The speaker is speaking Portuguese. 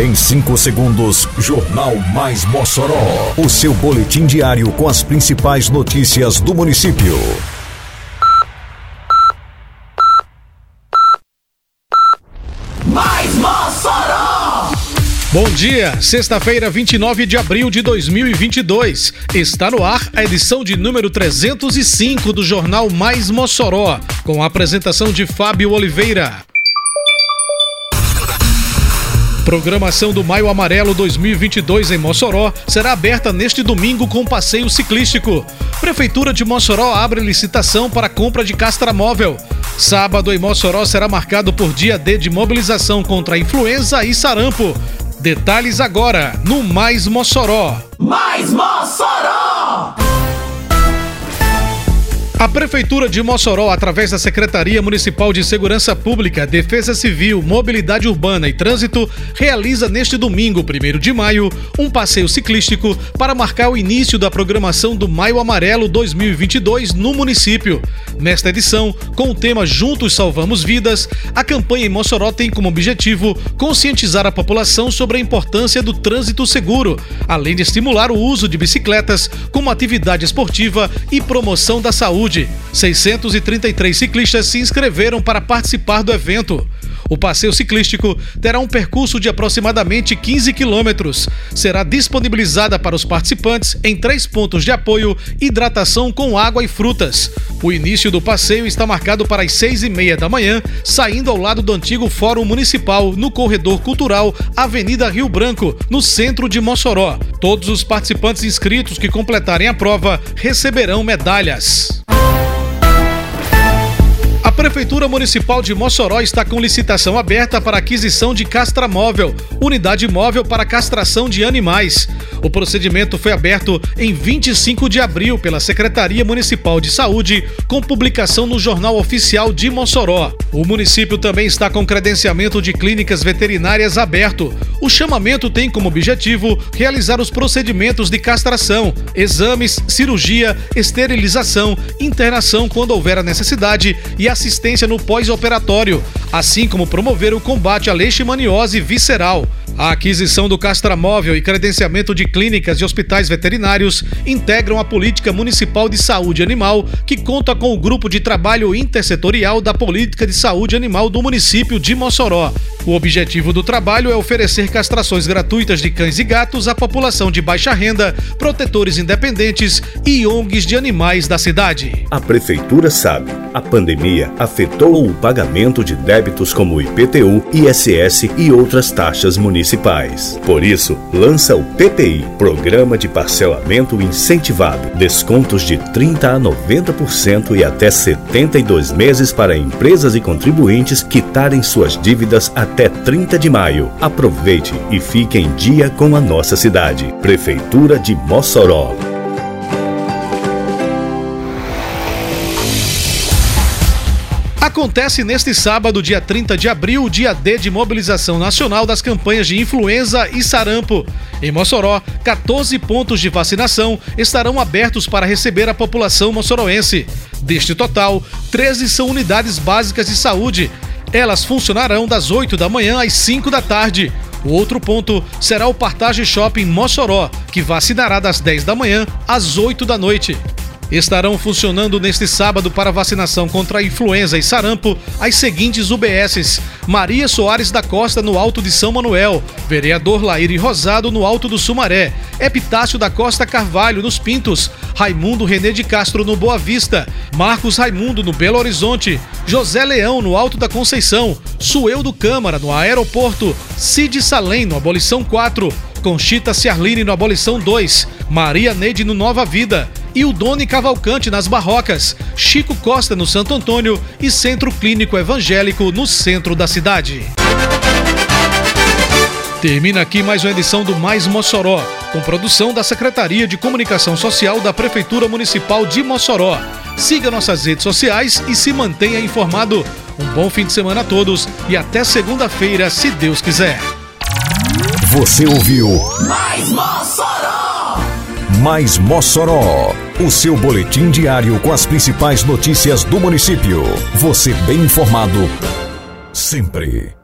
Em 5 segundos, Jornal Mais Mossoró. O seu boletim diário com as principais notícias do município. Mais Mossoró! Bom dia, sexta-feira, 29 de abril de 2022. Está no ar a edição de número 305 do Jornal Mais Mossoró, com a apresentação de Fábio Oliveira. Programação do Maio Amarelo 2022 em Mossoró será aberta neste domingo com passeio ciclístico. Prefeitura de Mossoró abre licitação para compra de castramóvel. Sábado em Mossoró será marcado por dia D de mobilização contra a influenza e sarampo. Detalhes agora no Mais Mossoró. Mais Mossoró! A Prefeitura de Mossoró, através da Secretaria Municipal de Segurança Pública, Defesa Civil, Mobilidade Urbana e Trânsito, realiza neste domingo, 1º de maio, um passeio ciclístico para marcar o início da programação do Maio Amarelo 2022 no município. Nesta edição, com o tema Juntos Salvamos Vidas, a campanha em Mossoró tem como objetivo conscientizar a população sobre a importância do trânsito seguro, além de estimular o uso de bicicletas como atividade esportiva e promoção da saúde. 633 ciclistas se inscreveram para participar do evento. O passeio ciclístico terá um percurso de aproximadamente 15 quilômetros. Será disponibilizada para os participantes em 3 pontos de apoio, hidratação com água e frutas. O início do passeio está marcado para as 6h30 da manhã, saindo ao lado do antigo Fórum Municipal, no Corredor Cultural, Avenida Rio Branco, no centro de Mossoró. Todos os participantes inscritos que completarem a prova receberão medalhas. A Prefeitura Municipal de Mossoró está com licitação aberta para aquisição de castramóvel, unidade móvel para castração de animais. O procedimento foi aberto em 25 de abril pela Secretaria Municipal de Saúde, com publicação no Jornal Oficial de Mossoró. O município também está com credenciamento de clínicas veterinárias aberto. O chamamento tem como objetivo realizar os procedimentos de castração, exames, cirurgia, esterilização, internação quando houver a necessidade e assistência no pós-operatório, assim como promover o combate à leishmaniose visceral. A aquisição do castramóvel e credenciamento de clínicas e hospitais veterinários integram a Política Municipal de Saúde Animal, que conta com o Grupo de Trabalho Intersetorial da Política de Saúde Animal do município de Mossoró. O objetivo do trabalho é oferecer castrações gratuitas de cães e gatos à população de baixa renda, protetores independentes e ONGs de animais da cidade. A Prefeitura sabe, a pandemia afetou o pagamento de débitos como IPTU, ISS e outras taxas municipais. Por isso, lança o PPI, Programa de Parcelamento Incentivado. Descontos de 30% a 90% e até 72 meses para empresas e contribuintes quitarem suas dívidas até 30 de maio. Aproveite e fique em dia com a nossa cidade. Prefeitura de Mossoró. Acontece neste sábado, dia 30 de abril, o dia D de mobilização nacional das campanhas de influenza e sarampo. Em Mossoró, 14 pontos de vacinação estarão abertos para receber a população mossoroense. Deste total, 13 são unidades básicas de saúde. Elas funcionarão das 8 da manhã às 5 da tarde. O outro ponto será o Partage Shopping Mossoró, que vacinará das 10 da manhã às 8 da noite. Estarão funcionando neste sábado para vacinação contra a influenza e sarampo as seguintes UBSs: Maria Soares da Costa, no Alto de São Manuel, Vereador Laíri Rosado, no Alto do Sumaré, Epitácio da Costa Carvalho, nos Pintos, Raimundo René de Castro, no Boa Vista, Marcos Raimundo, no Belo Horizonte, José Leão, no Alto da Conceição, Sueldo Câmara, no Aeroporto, Cid Salem, no Abolição 4, Conchita Ciarline, no Abolição 2, Maria Neide, no Nova Vida, Ildone Cavalcante, nas Barrocas, Chico Costa, no Santo Antônio e Centro Clínico Evangélico, no centro da cidade. Termina aqui mais uma edição do Mais Mossoró, com produção da Secretaria de Comunicação Social da Prefeitura Municipal de Mossoró. Siga nossas redes sociais e se mantenha informado. Um bom fim de semana a todos e até segunda-feira, se Deus quiser. Você ouviu Mais Mossoró! Mais Mossoró, o seu boletim diário com as principais notícias do município. Você bem informado sempre.